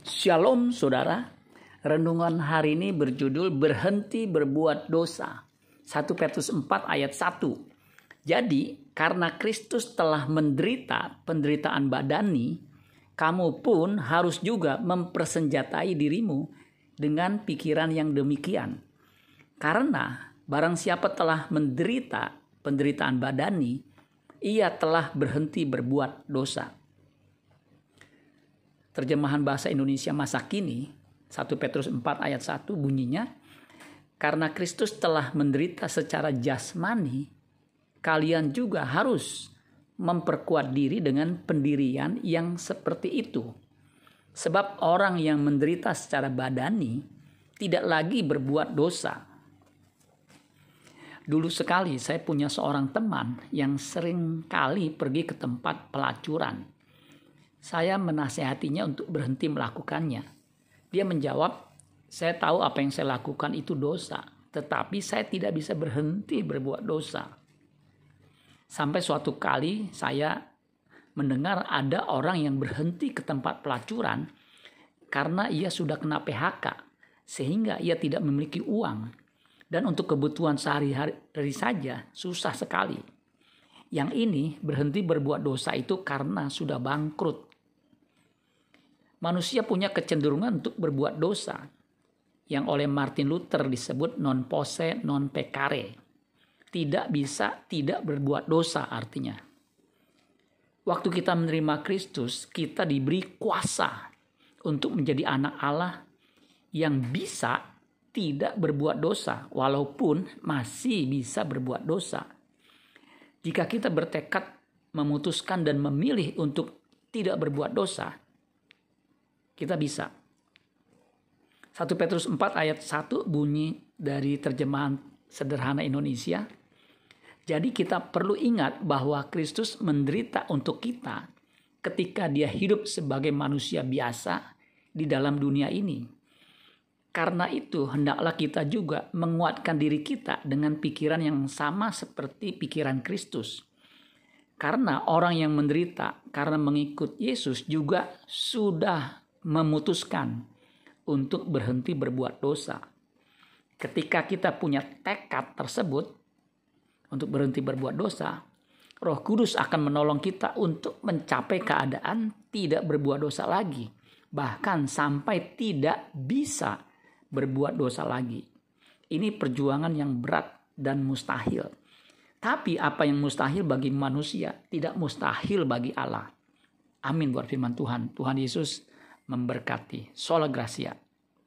Shalom saudara, renungan hari ini berjudul berhenti berbuat dosa. 1 Petrus 4 ayat 1. Jadi karena Kristus telah menderita penderitaan badani, kamu pun harus juga mempersenjatai dirimu dengan pikiran yang demikian. Karena barang siapa telah menderita penderitaan badani, ia telah berhenti berbuat dosa. Terjemahan bahasa Indonesia masa kini, 1 Petrus 4 ayat 1 bunyinya, karena Kristus telah menderita secara jasmani, kalian juga harus memperkuat diri dengan pendirian yang seperti itu. Sebab orang yang menderita secara badani tidak lagi berbuat dosa. Dulu sekali saya punya seorang teman yang sering kali pergi ke tempat pelacuran. Saya menasihatinya untuk berhenti melakukannya. Dia menjawab, saya tahu apa yang saya lakukan itu dosa, tetapi saya tidak bisa berhenti berbuat dosa. Sampai suatu kali saya mendengar ada orang yang berhenti ke tempat pelacuran karena ia sudah kena PHK, sehingga ia tidak memiliki uang. Dan untuk kebutuhan sehari-hari saja susah sekali. Yang ini berhenti berbuat dosa itu karena sudah bangkrut. Manusia punya kecenderungan untuk berbuat dosa yang oleh Martin Luther disebut non posse non peccare. Tidak bisa tidak berbuat dosa artinya. Waktu kita menerima Kristus, kita diberi kuasa untuk menjadi anak Allah yang bisa tidak berbuat dosa walaupun masih bisa berbuat dosa. Jika kita bertekad memutuskan dan memilih untuk tidak berbuat dosa, kita bisa. 1 Petrus 4 ayat 1 bunyi dari terjemahan sederhana Indonesia. Jadi kita perlu ingat bahwa Kristus menderita untuk kita ketika dia hidup sebagai manusia biasa di dalam dunia ini. Karena itu hendaklah kita juga menguatkan diri kita dengan pikiran yang sama seperti pikiran Kristus. Karena orang yang menderita karena mengikut Yesus juga sudah memutuskan untuk berhenti berbuat dosa. Ketika kita punya tekad tersebut untuk berhenti berbuat dosa, Roh Kudus akan menolong kita untuk mencapai keadaan tidak berbuat dosa lagi, bahkan sampai tidak bisa berbuat dosa lagi. Ini perjuangan yang berat dan mustahil. Tapi apa yang mustahil bagi manusia tidak mustahil bagi Allah. Amin buat firman Tuhan. Tuhan Yesus memberkati. Sola Gracia.